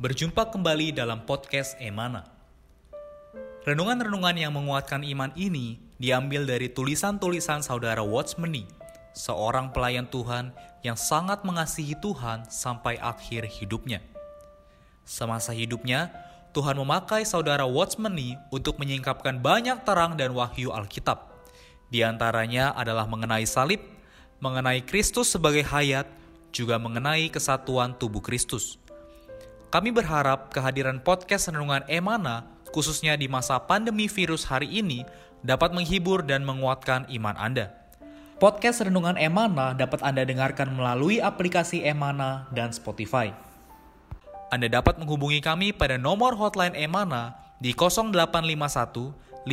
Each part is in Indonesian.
Berjumpa kembali dalam podcast Emana. Renungan-renungan yang menguatkan iman ini diambil dari tulisan-tulisan saudara Watchmeni, seorang pelayan Tuhan yang sangat mengasihi Tuhan sampai akhir hidupnya. Semasa hidupnya, Tuhan memakai saudara Watchmeni untuk menyingkapkan banyak terang dan wahyu Alkitab. Di antaranya adalah mengenai salib, mengenai Kristus sebagai hayat, juga mengenai kesatuan tubuh Kristus. Kami berharap kehadiran podcast Renungan Emana, khususnya di masa pandemi virus hari ini, dapat menghibur dan menguatkan iman Anda. Podcast Renungan Emana dapat Anda dengarkan melalui aplikasi Emana dan Spotify. Anda dapat menghubungi kami pada nomor hotline Emana di 0851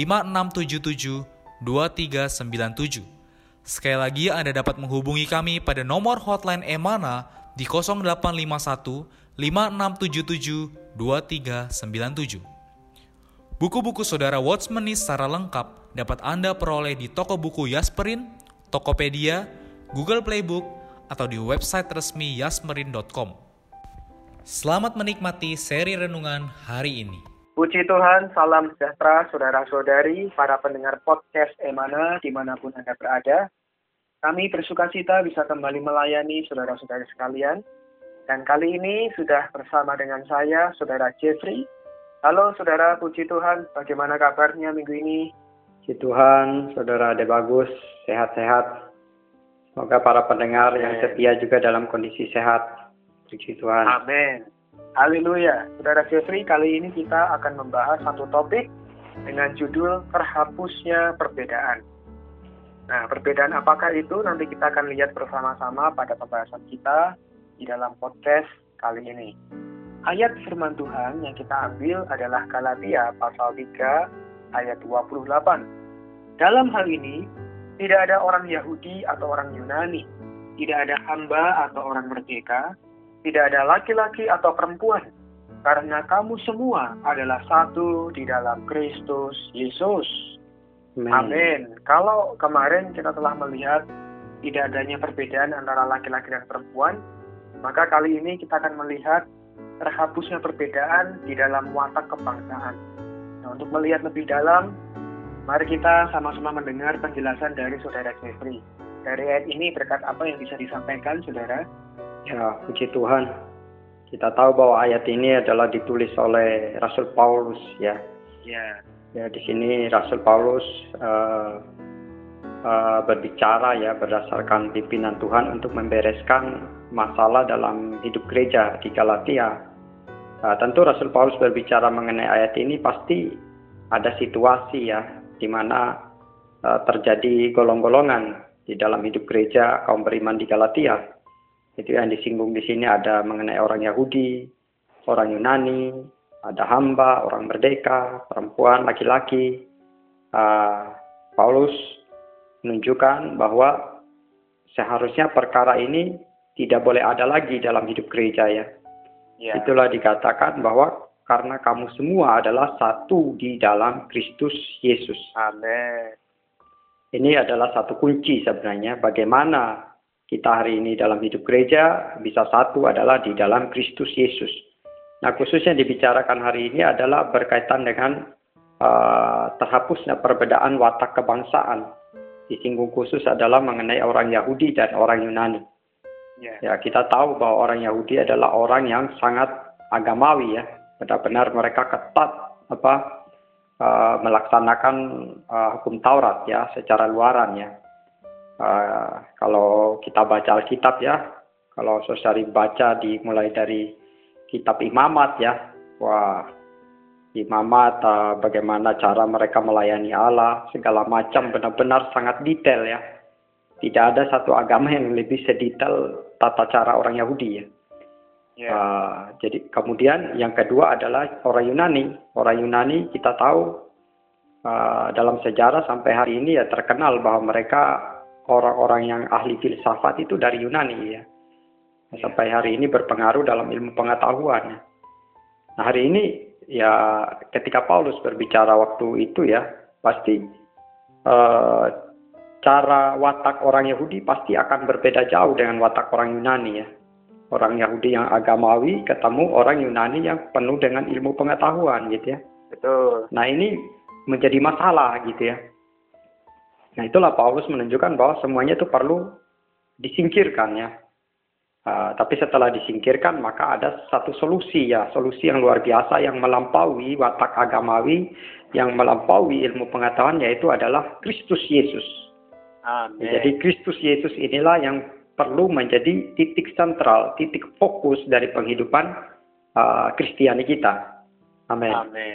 5677 2397. Sekali lagi Anda dapat menghubungi kami pada nomor hotline Emana di 0851 5677 2397. Buku-buku saudara Watchmeni secara lengkap dapat Anda peroleh di toko buku Yasmerin, Tokopedia, Google Playbook, atau di website resmi yasmerin.com. Selamat menikmati seri renungan hari ini. Puji Tuhan, salam sejahtera saudara-saudari, para pendengar podcast Emana dimanapun Anda berada. Kami bersukacita bisa kembali melayani saudara-saudara sekalian. Dan kali ini sudah bersama dengan saya, Saudara Jeffrey. Halo Saudara, puji Tuhan, bagaimana kabarnya minggu ini? Puji Tuhan, Saudara Ade Bagus, sehat-sehat. Semoga para pendengar yang setia juga dalam kondisi sehat. Puji Tuhan. Amin. Haleluya. Saudara Jeffrey, kali ini kita akan membahas satu topik dengan judul terhapusnya perbedaan. Nah, perbedaan apakah itu? Nanti kita akan lihat bersama-sama pada pembahasan kita di dalam podcast kali ini. Ayat firman Tuhan yang kita ambil adalah Galatia pasal 3 ayat 28. Dalam hal ini, tidak ada orang Yahudi atau orang Yunani, tidak ada hamba atau orang merdeka, tidak ada laki-laki atau perempuan, karena kamu semua adalah satu di dalam Kristus Yesus. Amin. Kalau kemarin kita telah melihat tidak adanya perbedaan antara laki-laki dan perempuan, maka kali ini kita akan melihat terhapusnya perbedaan di dalam watak kebangsaan. Nah, untuk melihat lebih dalam, mari kita sama-sama mendengar penjelasan dari Saudara Jeffrey. Dari ayat ini berkat apa yang bisa disampaikan, Saudara? Ya, puji Tuhan. Kita tahu bahwa ayat ini adalah ditulis oleh Rasul Paulus, ya. Ya, di sini Rasul Paulus berbicara ya berdasarkan pimpinan Tuhan untuk membereskan masalah dalam hidup gereja di Galatia. Tentu Rasul Paulus berbicara mengenai ayat ini pasti ada situasi ya di mana terjadi golong-golongan di dalam hidup gereja kaum beriman di Galatia. Itu yang disinggung di sini ada mengenai orang Yahudi, orang Yunani, ada hamba, orang merdeka, perempuan, laki-laki. Paulus menunjukkan bahwa seharusnya perkara ini tidak boleh ada lagi dalam hidup gereja ya. Itulah dikatakan bahwa karena kamu semua adalah satu di dalam Kristus Yesus. Amin. Ini adalah satu kunci sebenarnya bagaimana kita hari ini dalam hidup gereja bisa satu adalah di dalam Kristus Yesus. Nah, khususnya dibicarakan hari ini adalah berkaitan dengan terhapusnya perbedaan watak kebangsaan. Disinggung khusus adalah mengenai orang Yahudi dan orang Yunani. Ya, kita tahu bahwa orang Yahudi adalah orang yang sangat agamawi ya. Benar-benar mereka ketat melaksanakan hukum Taurat ya secara luaran ya. Kalau kita baca Alkitab ya, kalau saudari baca mulai dari kitab Imamat ya. Wah, Imamat bagaimana cara mereka melayani Allah, segala macam benar-benar sangat detail ya. Tidak ada satu agama yang lebih sedetail tata cara orang Yahudi ya. Jadi kemudian yang kedua adalah orang Yunani. Orang Yunani kita tahu dalam sejarah sampai hari ini ya terkenal bahwa mereka orang-orang yang ahli filsafat itu dari Yunani ya. Sampai hari ini berpengaruh dalam ilmu pengetahuan. Nah, hari ini ya ketika Paulus berbicara waktu itu ya pasti cara watak orang Yahudi pasti akan berbeda jauh dengan watak orang Yunani ya. Orang Yahudi yang agamawi ketemu orang Yunani yang penuh dengan ilmu pengetahuan gitu ya. Betul. Nah ini menjadi masalah gitu ya. Nah itulah Paulus menunjukkan bahwa semuanya itu perlu disingkirkan ya. Tapi setelah disingkirkan maka ada satu solusi ya. Solusi yang luar biasa yang melampaui watak agamawi, yang melampaui ilmu pengetahuan, yaitu adalah Kristus Yesus. Amin. Jadi Kristus Yesus inilah yang perlu menjadi titik sentral, titik fokus dari penghidupan Kristiani kita. Amin. Amin.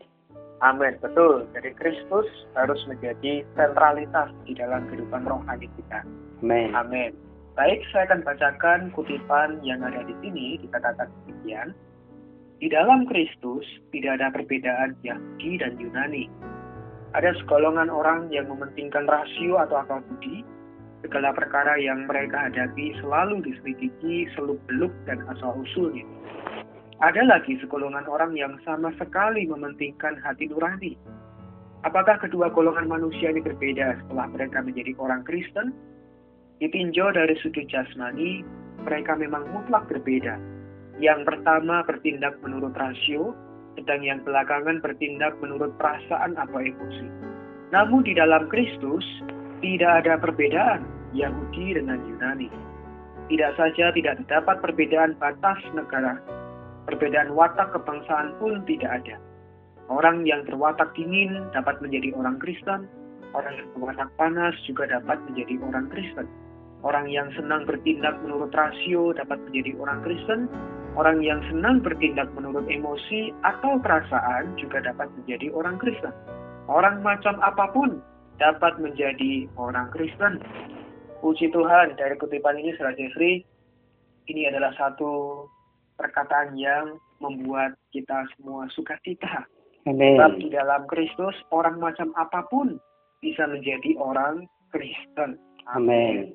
Amin, betul. Jadi Kristus harus menjadi sentralitas di dalam kehidupan rohani kita. Amin. Amin. Baik, saya akan bacakan kutipan yang ada di sini, dikatakan demikian. Di dalam Kristus tidak ada perbedaan Yahudi dan Yunani. Ada segolongan orang yang mementingkan rasio atau akal budi. Segala perkara yang mereka hadapi selalu diselidiki seluk-beluk dan asal-usulnya. Ada lagi segolongan orang yang sama sekali mementingkan hati nurani. Apakah kedua golongan manusia ini berbeda setelah mereka menjadi orang Kristen? Ditinjau dari sudut jasmani, mereka memang mutlak berbeda. Yang pertama bertindak menurut rasio, sedang yang belakangan bertindak menurut perasaan atau emosi. Namun di dalam Kristus, tidak ada perbedaan Yahudi dengan Yunani. Tidak saja tidak terdapat perbedaan batas negara, perbedaan watak kebangsaan pun tidak ada. Orang yang berwatak dingin dapat menjadi orang Kristen, orang yang berwatak panas juga dapat menjadi orang Kristen. Orang yang senang bertindak menurut rasio dapat menjadi orang Kristen, orang yang senang bertindak menurut emosi atau perasaan juga dapat menjadi orang Kristen. Orang macam apapun dapat menjadi orang Kristen. Puji Tuhan, dari kutipan ini, Saudara Jeffrey, ini adalah satu perkataan yang membuat kita semua sukacita. Amin. Sebab di dalam Kristus, orang macam apapun bisa menjadi orang Kristen. Amin.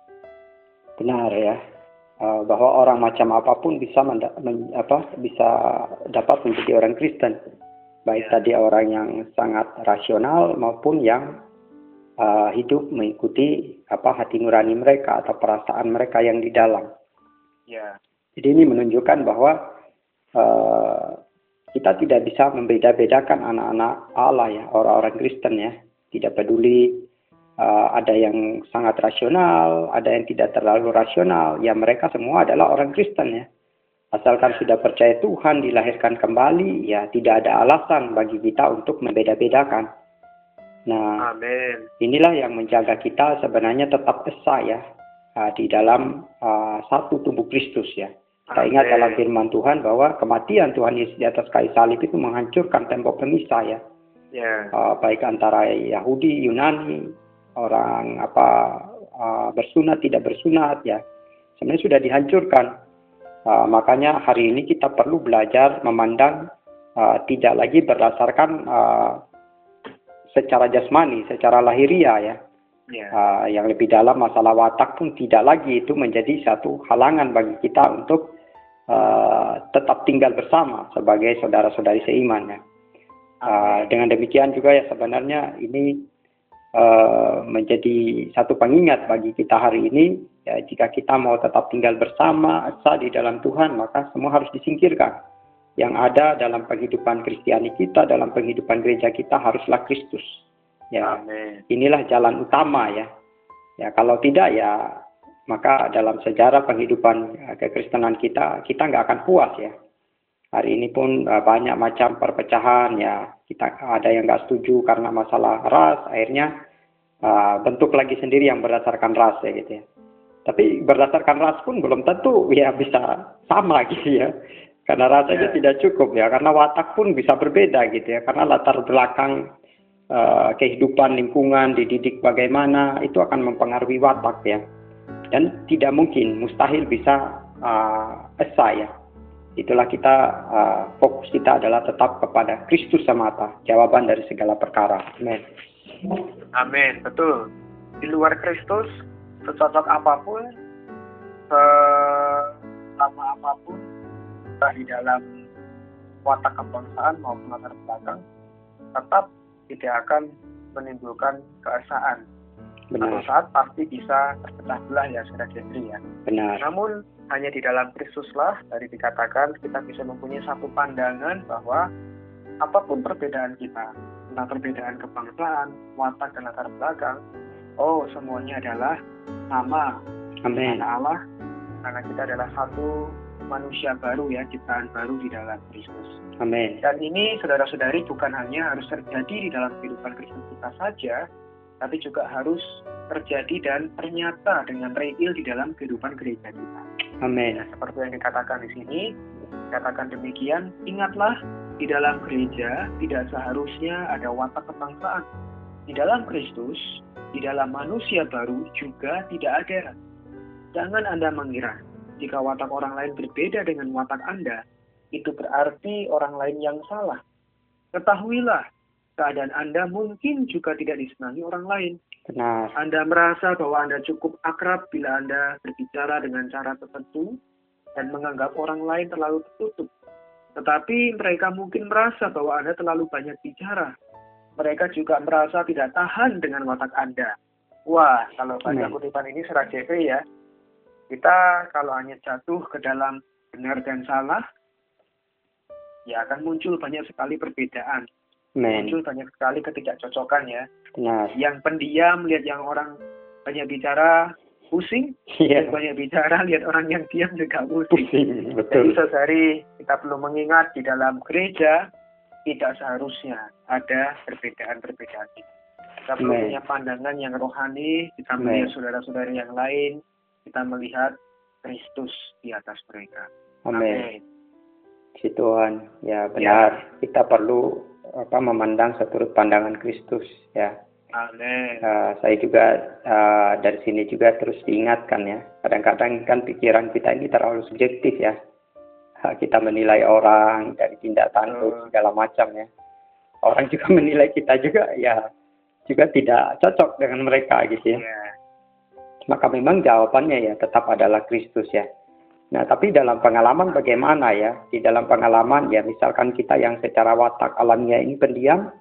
Benar ya, bahwa orang macam apapun bisa bisa dapat menjadi orang Kristen. Baik tadi orang yang sangat rasional maupun yang hidup mengikuti hati nurani mereka atau perasaan mereka yang di dalam. Ya. Jadi ini menunjukkan bahwa kita tidak bisa membeda-bedakan anak-anak Allah ya, orang-orang Kristen ya. Tidak peduli ada yang sangat rasional, ada yang tidak terlalu rasional. Ya mereka semua adalah orang Kristen ya. Asalkan sudah percaya Tuhan, dilahirkan kembali, ya tidak ada alasan bagi kita untuk membeda-bedakan. Nah, amin. Inilah yang menjaga kita sebenarnya tetap esa ya di dalam satu tubuh Kristus ya. Kita ingat dalam firman Tuhan bahwa kematian Tuhan Yesus di atas kayu salib itu menghancurkan tembok pemisah ya. Baik antara Yahudi, Yunani, orang bersunat tidak bersunat ya. Sebenarnya sudah dihancurkan. Makanya hari ini kita perlu belajar memandang tidak lagi berdasarkan secara jasmani, secara lahiriah ya. Yang lebih dalam masalah watak pun tidak lagi itu menjadi satu halangan bagi kita untuk tetap tinggal bersama sebagai saudara-saudari seiman ya. Dengan demikian juga ya sebenarnya ini menjadi satu pengingat bagi kita hari ini ya, jika kita mau tetap tinggal bersama asa di dalam Tuhan, maka semua harus disingkirkan. Yang ada dalam kehidupan Kristiani kita, dalam kehidupan gereja kita haruslah Kristus. Ya, amin. Inilah jalan utama ya. Ya kalau tidak ya maka dalam sejarah penghidupan kekristenan kita nggak akan puas ya. Hari ini pun banyak macam perpecahan ya. Kita ada yang nggak setuju karena masalah ras, akhirnya bentuk lagi sendiri yang berdasarkan ras ya gitu ya. Tapi berdasarkan ras pun belum tentu ya bisa sama gitu ya. Karena rasanya tidak cukup ya. Karena watak pun bisa berbeda gitu ya. Karena latar belakang kehidupan, lingkungan, dididik bagaimana itu akan mempengaruhi watak ya. Dan tidak mungkin, mustahil bisa esa ya. Itulah kita fokus kita adalah tetap kepada Kristus semata, jawaban dari segala perkara. Amin. Amin, betul. Di luar Kristus, secocok apapun, selama apapun, entah di dalam watak kebangsaan maupun latar belakang, tetap tidak akan menimbulkan keesaan. Suatu Benar. saat pasti bisa terpecah belah ya, Saudara Jeffrey ya. Benar. Namun hanya di dalam Kristuslah dari dikatakan kita bisa mempunyai satu pandangan bahwa apapun perbedaan kita, entah perbedaan kebangsaan, watak dan latar belakang, semuanya adalah sama di Amin. hadapan Allah, karena kita adalah satu manusia baru ya, ciptaan baru di dalam Kristus. Amin. Dan ini saudara-saudari bukan hanya harus terjadi di dalam kehidupan Kristen kita saja, tapi juga harus terjadi dan ternyata dengan real di dalam kehidupan gereja kita. Amin. Nah, seperti yang dikatakan di sini, katakan demikian, ingatlah di dalam gereja tidak seharusnya ada watak kebangsaan. Di dalam Kristus, di dalam manusia baru juga tidak ada. Jangan Anda mengira, jika watak orang lain berbeda dengan watak Anda, itu berarti orang lain yang salah. Ketahuilah, keadaan Anda mungkin juga tidak disenangi orang lain. Benar. Anda merasa bahwa Anda cukup akrab bila Anda berbicara dengan cara tertentu dan menganggap orang lain terlalu tertutup. Tetapi mereka mungkin merasa bahwa Anda terlalu banyak bicara. Mereka juga merasa tidak tahan dengan watak Anda. Wah, kalau baca kutipan ini Saudara Jeffrey ya, kita kalau hanya jatuh ke dalam benar dan salah, ya akan muncul banyak sekali perbedaan. Amin. Muncul banyak sekali ketidakcocokan ya. Benar. Yang pendiam lihat yang orang banyak bicara pusing, Iya. yang banyak bicara lihat orang yang diam juga pusing. Pusing. Jadi Betul. saudari, kita perlu mengingat di dalam gereja tidak seharusnya ada perbedaan-perbedaan itu. Kita perlu Amen. punya pandangan yang rohani, kita Amen. melihat saudara-saudari yang lain, kita melihat Kristus di atas mereka. Amin. Si Tuhan, ya benar. Kita perlu memandang seturut pandangan Kristus, ya. Amin. Saya juga dari sini juga terus diingatkan ya. Kadang-kadang kan pikiran kita ini terlalu subjektif ya. Kita menilai orang dari tindak tanduk segala macam ya. Orang juga menilai kita juga ya juga tidak cocok dengan mereka gitu ya. Yeah. Maka memang jawabannya ya tetap adalah Kristus ya. Nah, tapi dalam pengalaman bagaimana ya? Di dalam pengalaman ya misalkan kita yang secara watak alamiah ini pendiam,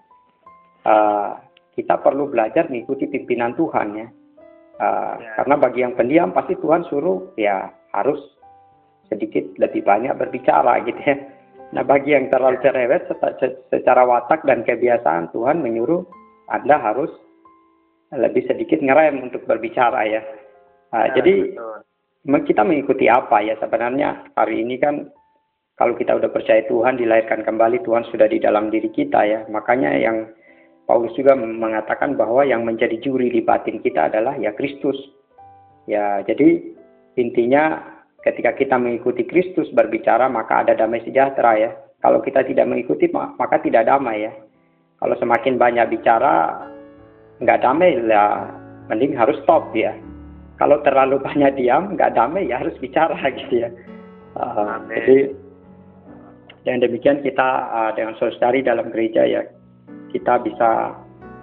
kita perlu belajar mengikuti pimpinan Tuhan ya. Karena bagi yang pendiam pasti Tuhan suruh ya harus sedikit lebih banyak berbicara gitu ya. Nah, bagi yang terlalu cerewet secara watak dan kebiasaan, Tuhan menyuruh Anda harus lebih sedikit ngerem untuk berbicara ya. Jadi betul. Kita mengikuti apa ya sebenarnya hari ini kan kalau kita udah percaya Tuhan dilahirkan kembali, Tuhan sudah di dalam diri kita ya. Makanya yang Paulus juga mengatakan bahwa yang menjadi juri di batin kita adalah ya Kristus. Ya, jadi intinya ketika kita mengikuti Kristus berbicara maka ada damai sejahtera ya. Kalau kita tidak mengikuti maka tidak damai ya. Kalau semakin banyak bicara nggak damai ya mending harus stop ya. Kalau terlalu banyak diam nggak damai ya harus bicara gitu ya. Jadi dengan demikian kita dengan saudari dalam gereja ya kita bisa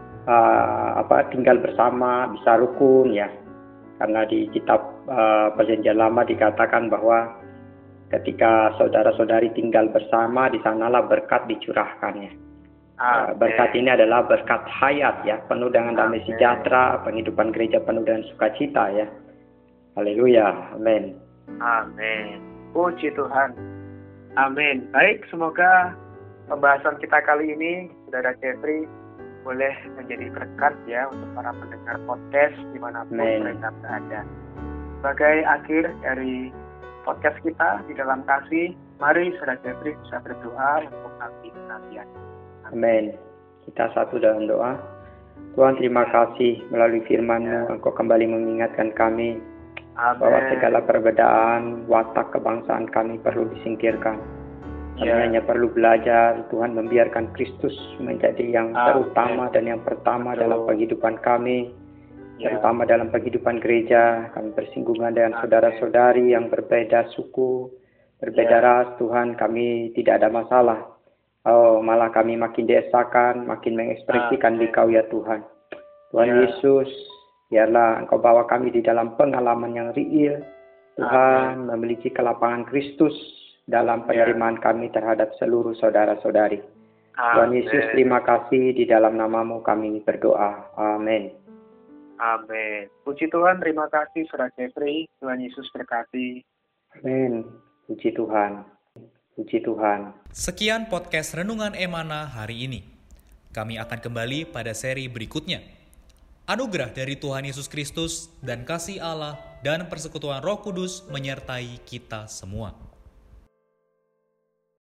tinggal bersama, bisa rukun ya. Karena di kitab Perjanjian Lama dikatakan bahwa ketika saudara-saudari tinggal bersama, di sanalah berkat dicurahkan ya. Berkat ini adalah berkat hayat ya, penuh dengan damai sejahtera, penghidupan gereja penuh dengan sukacita ya. Haleluya, amin. Amin. Puji Tuhan. Amin. Baik, semoga pembahasan kita kali ini, Saudara Jeffrey, boleh menjadi berkat ya untuk para pendengar podcast dimanapun mereka berada. Sebagai akhir dari podcast kita di dalam kasih, mari Saudara Jeffrey bisa berdoa untuk nanti penantian. Amin. Kita satu dalam doa. Tuhan, terima kasih melalui firman-Mu Engkau kembali mengingatkan kami bahwa segala perbedaan watak kebangsaan kami perlu disingkirkan. Kami hanya perlu belajar Tuhan membiarkan Kristus menjadi yang terutama dan yang pertama dalam kehidupan kami, terutama dalam kehidupan gereja. Kami bersinggungan dengan saudara-saudari yang berbeda suku, berbeda ras. Tuhan, kami tidak ada masalah. Malah kami makin diesakan, makin mengekspresikan Dikau ya Tuhan. Tuhan Yesus, biarlah Engkau bawa kami di dalam pengalaman yang real. Tuhan, memiliki kelapangan Kristus dalam penerimaan kami terhadap seluruh saudara-saudari. Tuhan Yesus, terima kasih, di dalam nama-Mu kami berdoa. Amin. Amin. Puji Tuhan, terima kasih Saudara Jeffrey. Tuhan Yesus berkati. Amin. Puji Tuhan. Puji Tuhan. Sekian podcast Renungan Emana hari ini. Kami akan kembali pada seri berikutnya. Anugerah dari Tuhan Yesus Kristus dan kasih Allah dan persekutuan Roh Kudus menyertai kita semua.